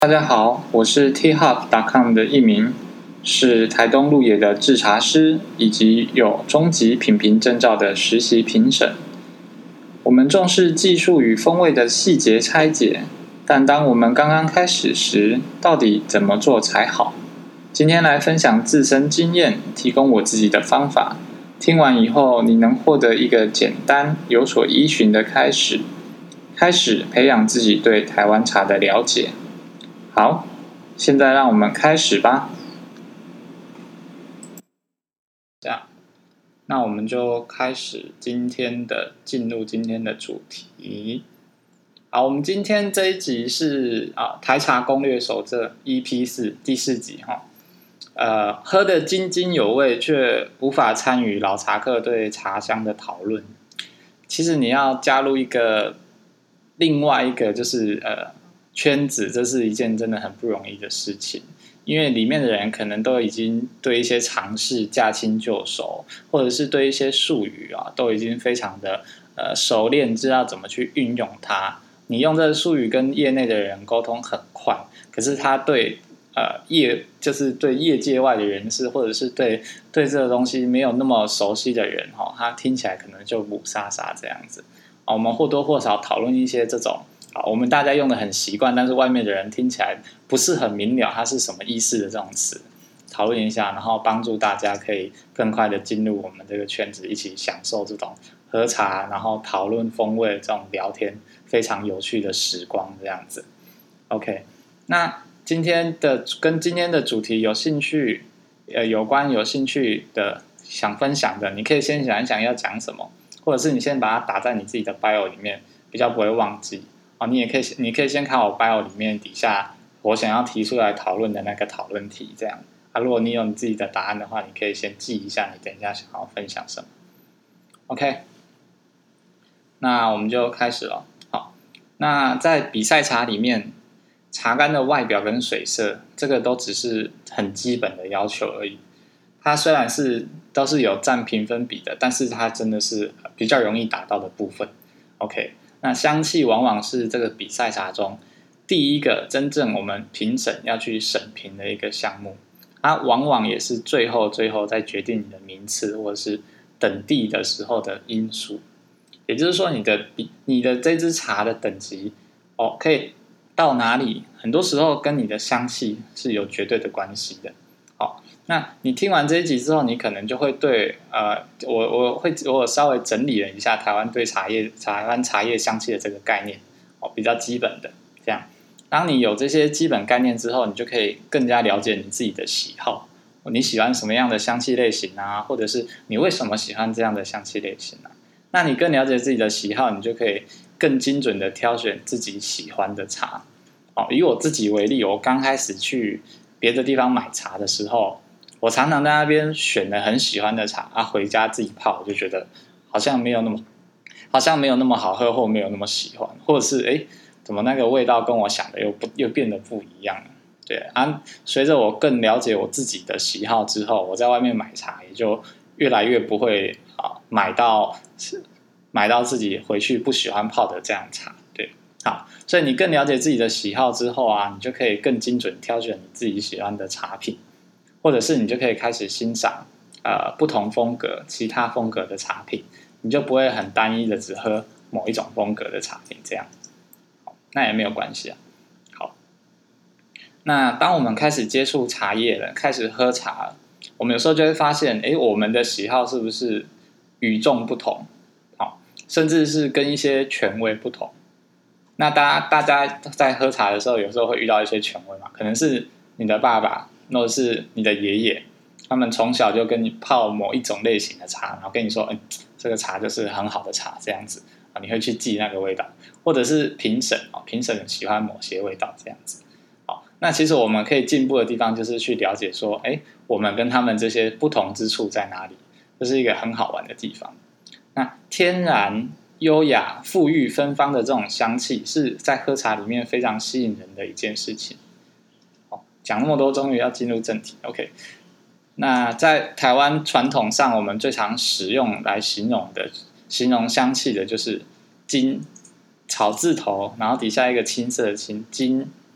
大家好，我是 teahub.com 的一名，是台东鹿野的制茶师，以及有中级品评证照的实习评审。我们重视技术与风味的细节拆解，但当我们刚刚开始时，到底怎么做才好？今天来分享自身经验，提供我自己的方法。听完以后，你能获得一个简单、有所依循的开始培养自己对台湾茶的了解。好，现在让我们开始吧。这样，那我们就开始进入今天的主题。好，我们今天这一集是台茶攻略手册 EP4 第4集哈。喝得津津有味，却无法参与老茶客对茶香的讨论。其实你要加入另外一个就是圈子，这是一件真的很不容易的事情，因为里面的人可能都已经对一些常识驾轻就熟，或者是对一些术语都已经非常的熟练，知道怎么去运用它。你用这个术语跟业内的人沟通很快，可是他对就是对业界外的人士，或者是对这个东西没有那么熟悉的人他听起来可能就霧煞煞这样子。我们或多或少讨论一些这种我们大家用的很习惯，但是外面的人听起来不是很明了它是什么意思的这种词，讨论一下，然后帮助大家可以更快的进入我们这个圈子，一起享受这种喝茶然后讨论风味这种聊天非常有趣的时光这样子。 OK， 那跟今天的主题有兴趣有兴趣的想分享的，你可以先想一想要讲什么，或者是你先把它打在你自己的 bio 里面，比较不会忘记。你可以先看我 bio 里面底下我想要提出来讨论的那个讨论题这样。如果你有你自己的答案的话，你可以先记一下，你等一下想要分享什么。 OK， 那我们就开始了。好，那在比赛茶里面，茶干的外表跟水色，这个都只是很基本的要求而已。它虽然都是有占评分比的，但是它真的是比较容易达到的部分。 OK， 那香气往往是这个比赛茶中第一个真正我们评审要去审评的一个项目，它往往也是最后在决定你的名次或者是等第的时候的因素。也就是说你的这支茶的等级可以到哪里，很多时候跟你的香气是有绝对的关系的。那你听完这一集之后，你可能就会对我稍微整理了一下台湾对台湾茶叶香气的这个概念比较基本的这样。当你有这些基本概念之后，你就可以更加了解你自己的喜好，你喜欢什么样的香气类型或者是你为什么喜欢这样的香气类型那你更了解自己的喜好，你就可以更精准的挑选自己喜欢的茶。以我自己为例，我刚开始去别的地方买茶的时候，我常常在那边选了很喜欢的茶回家自己泡，我就觉得好像没有那么好喝，或没有那么喜欢，或者是怎么那个味道跟我想的又变得不一样了。对随着我更了解我自己的喜好之后，我在外面买茶也就越来越不会买到自己回去不喜欢泡的这样茶。对，好，所以你更了解自己的喜好之后你就可以更精准挑选你自己喜欢的茶品，或者是你就可以开始欣赏不同风格其他风格的茶品，你就不会很单一的只喝某一种风格的茶品这样。好，那也没有关系好，那当我们开始接触茶叶了，开始喝茶了，我们有时候就会发现我们的喜好是不是与众不同，甚至是跟一些权威不同。那大家在喝茶的时候，有时候会遇到一些权威嘛，可能是你的爸爸或者是你的爷爷，他们从小就跟你泡某一种类型的茶，然后跟你说这个茶就是很好的茶这样子你会去记那个味道，或者是评审喜欢某些味道这样子。那其实我们可以进步的地方就是去了解说我们跟他们这些不同之处在哪里，这是一个很好玩的地方。那天然优雅馥郁芬芳的这种香气是在喝茶里面非常吸引人的一件事情。讲那么多，终于要进入正题。 OK， 那在台湾传统上我们最常使用来形容香气的就是金，草字头然后底下一个青色的青，金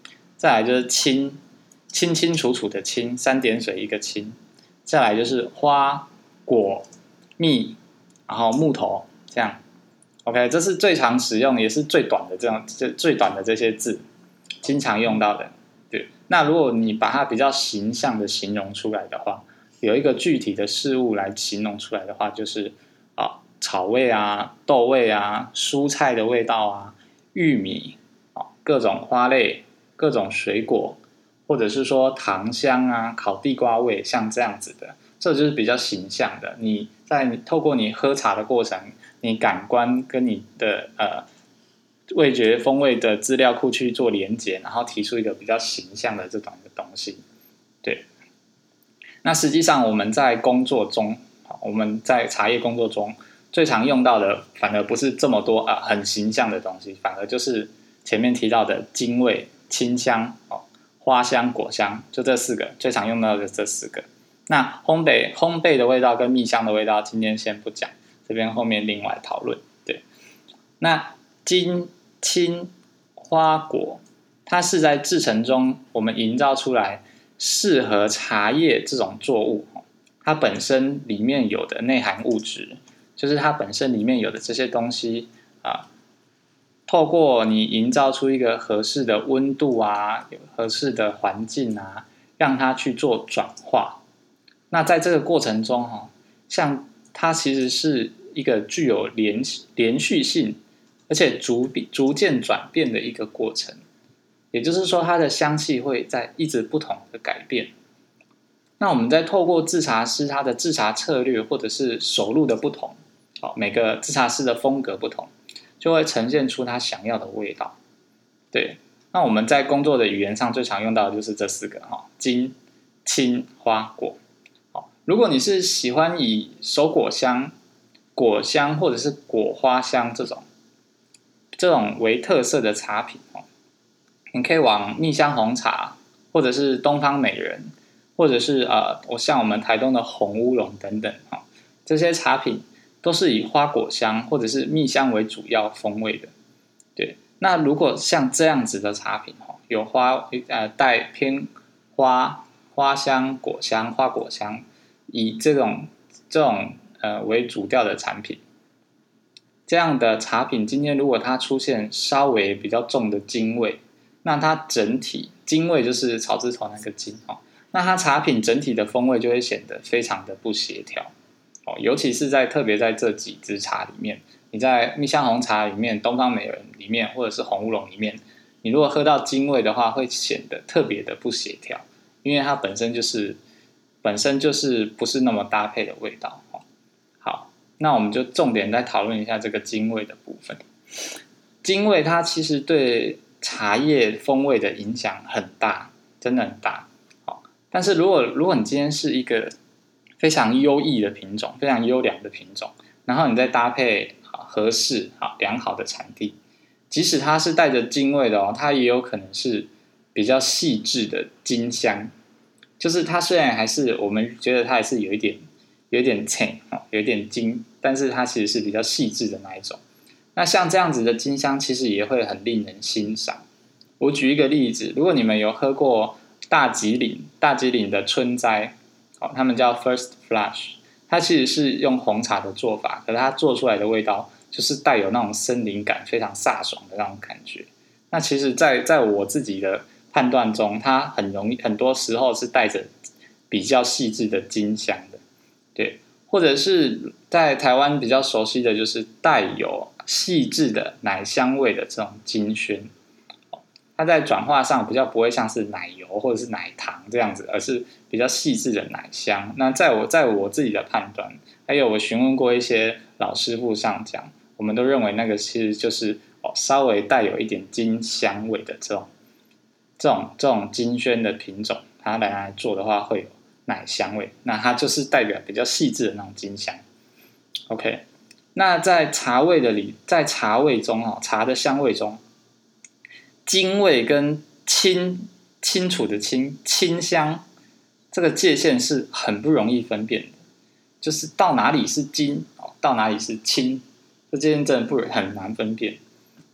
再来就是清，清清楚楚的清，三点水一个清，再来就是花、果、蜜，然后木头这样。OK， 这是最常使用也是最短的最短的这些字，经常用到的。对，那如果你把它比较形象的形容出来的话，有一个具体的事物来形容出来的话，就是草味啊、豆味啊、蔬菜的味道啊、玉米各种花类、各种水果，或者是说糖香啊、烤地瓜味，像这样子的，这就是比较形象的。你透过你喝茶的过程，你感官跟你的味觉风味的资料库去做连结，然后提出一个比较形象的这种的东西。对，那实际上我们在工作中，我们在茶叶工作中最常用到的，反而不是这么多很形象的东西，反而就是前面提到的精味、清香、花香、果香，就这四个最常用到的这四个。那烘焙的味道跟蜜香的味道，今天先不讲，这边后面另外讨论。对，那金、青、花、果，它是在制成中我们营造出来适合茶叶这种作物，它本身里面有的内含物质，就是它本身里面有的这些东西透过你营造出一个合适的温度啊，有合适的环境啊，让它去做转化。那在这个过程中像它其实是一个具有连续性，而且逐渐转变的一个过程。也就是说，它的香气会在一直不同的改变。那我们再透过制茶师他的制茶策略，或者是手路的不同，每个制茶师的风格不同，就会呈现出他想要的味道。对，那我们在工作的语言上最常用到的就是这四个金、青、花、果。如果你是喜欢以手果香、果香或者是果花香这种为特色的茶品你可以往蜜香红茶，或者是东方美人，或者是像我们台东的红乌龙等等这些茶品都是以花果香或者是蜜香为主要风味的。对，那如果像这样子的茶品有带偏花香、果香、花果香，以这种为主调的产品，这样的茶品今天如果它出现稍微比较重的精味，那它整体精味就是草字头那个精那它茶品整体的风味就会显得非常的不协调尤其是特别在这几支茶里面，你在蜜香红茶里面、东方美人里面，或者是红乌龙里面，你如果喝到精味的话，会显得特别的不协调，因为它本身就是不是那么搭配的味道好，那我们就重点再讨论一下这个精味的部分。精味它其实对茶叶风味的影响很大，真的很大。但是如果你今天是一个非常优异的品种，非常优良的品种，然后你再搭配合适良好的产地，即使它是带着精味的它也有可能是比较细致的精香，就是它虽然还是我们觉得它还是有一点脆有一点精，但是它其实是比较细致的那一种。那像这样子的精香其实也会很令人欣赏。我举一个例子，如果你们有喝过大吉岭的春摘他们叫 First Flush， 它其实是用红茶的做法，可是它做出来的味道就是带有那种森林感，非常飒爽的那种感觉。那其实在我自己的判断中，它很多时候是带着比较细致的精香的，对，或者是在台湾比较熟悉的就是带有细致的奶香味的这种金萱，它在转化上比较不会像是奶油或者是奶糖这样子，而是比较细致的奶香。那在我自己的判断，还有我询问过一些老师傅上讲，我们都认为那个其实就是稍微带有一点金香味的这种金萱的品种，它来做的话会有奶香味，那它就是代表比较细致的那种金香。OK， 那在茶味中茶的香味中，精味跟清楚的清香，这个界限是很不容易分辨的，就是到哪里是精到哪里是清，这件真的很难分辨。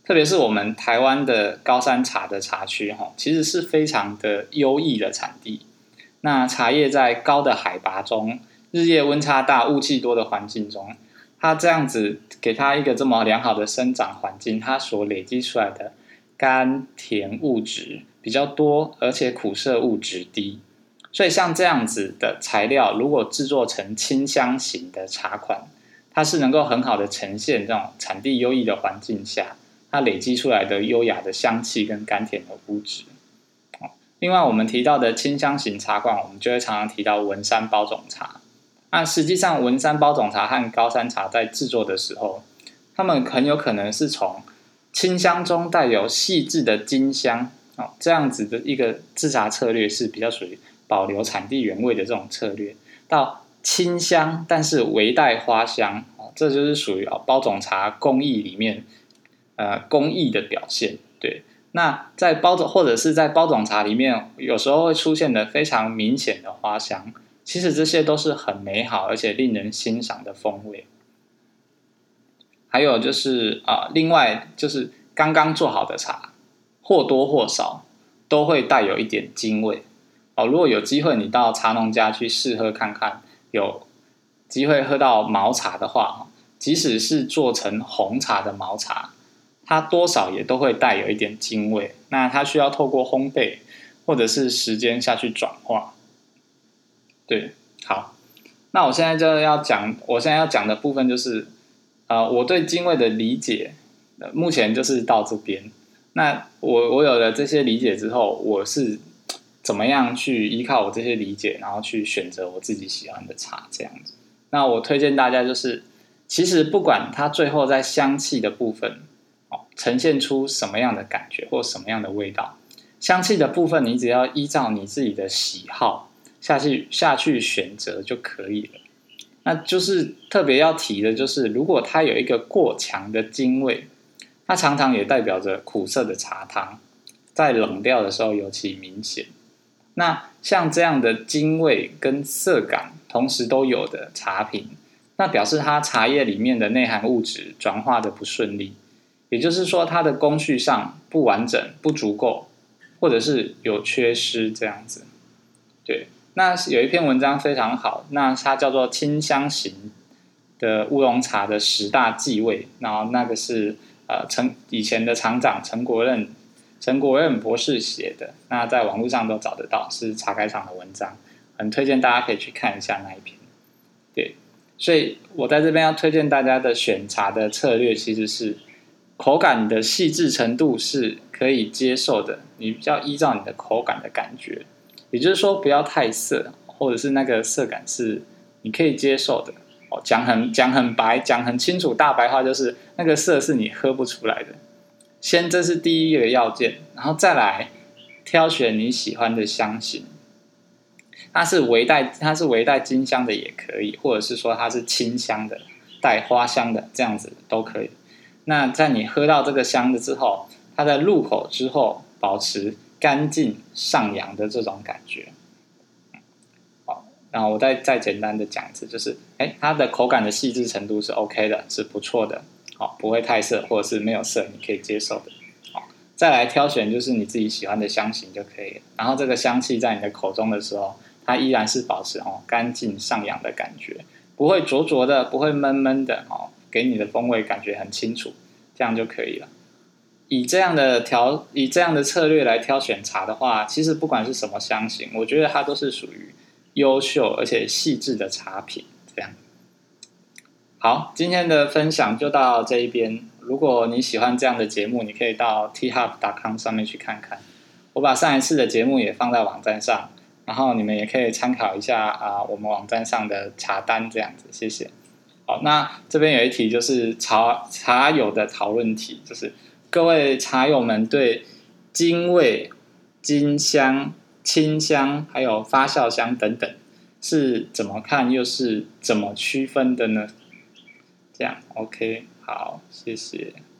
特别是我们台湾的高山茶的茶区其实是非常的优异的产地。那茶叶在高的海拔中，日夜温差大、雾气多的环境中，它这样子给它一个这么良好的生长环境，它所累积出来的甘甜物质比较多，而且苦涩物质低。所以像这样子的材料，如果制作成清香型的茶款，它是能够很好的呈现这种产地优异的环境下，它累积出来的优雅的香气跟甘甜的物质。另外我们提到的清香型茶款，我们就会常常提到文山包种茶。那实际上文山包种茶和高山茶在制作的时候，它们很有可能是从清香中带有细致的金香，这样子的一个制茶策略是比较属于保留产地原味的这种策略，到清香但是微带花香，这就是属于包种茶工艺里面工艺的表现。对，那在或者是在包种茶里面，有时候会出现的非常明显的花香，其实这些都是很美好而且令人欣赏的风味。还有就是另外就是刚刚做好的茶，或多或少都会带有一点精味。如果有机会你到茶农家去试喝看看，有机会喝到毛茶的话，即使是做成红茶的毛茶，它多少也都会带有一点精味。那它需要透过烘焙或者是时间下去转化。对，好，那我现在要讲的部分就是我对精味的理解目前就是到这边。那我有了这些理解之后，我是怎么样去依靠我这些理解，然后去选择我自己喜欢的茶这样子。那我推荐大家就是，其实不管它最后在香气的部分呈现出什么样的感觉或什么样的味道，香气的部分你只要依照你自己的喜好下去选择就可以了。那就是特别要提的就是，如果它有一个过强的精味，它常常也代表着苦涩的茶汤，在冷掉的时候尤其明显。那像这样的精味跟涩感同时都有的茶品，那表示它茶叶里面的内含物质转化的不顺利，也就是说它的工序上不完整、不足够，或者是有缺失这样子。对，那有一篇文章非常好，那它叫做清香型的乌龙茶的10大忌讳，然后那个是以前的厂长陈国任博士写的，那在网络上都找得到，是茶改场的文章，很推荐大家可以去看一下那一篇。对，所以我在这边要推荐大家的选茶的策略，其实是口感的细致程度是可以接受的，你要依照你的口感的感觉，也就是说不要太涩，或者是那个涩感是你可以接受的。讲很白，讲很清楚，大白话就是那个涩是你喝不出来的。先这是第一个要件，然后再来挑选你喜欢的香型，它是微带金香的也可以，或者是说它是清香的带花香的，这样子都可以。那在你喝到这个香的之后，它在入口之后保持干净上扬的这种感觉。然后我再简单的讲一次，就是它的口感的细致程度是 OK 的，是不错的，不会太涩，或者是没有涩你可以接受的。再来挑选就是你自己喜欢的香型就可以了，然后这个香气在你的口中的时候，它依然是保持干净上扬的感觉，不会灼灼的，不会闷闷的，给你的风味感觉很清楚，这样就可以了。以这样的策略来挑选茶的话，其实不管是什么香型，我觉得它都是属于优秀而且细致的茶品。这样好，今天的分享就到这一边。如果你喜欢这样的节目，你可以到 teahub.com 上面去看看，我把上一次的节目也放在网站上，然后你们也可以参考一下我们网站上的茶单这样子。谢谢。好，那这边有一题就是茶友的讨论题，就是各位茶友们对精味、金香、清香还有发酵香等等是怎么看，又是怎么区分的呢？这样 OK， 好，谢谢。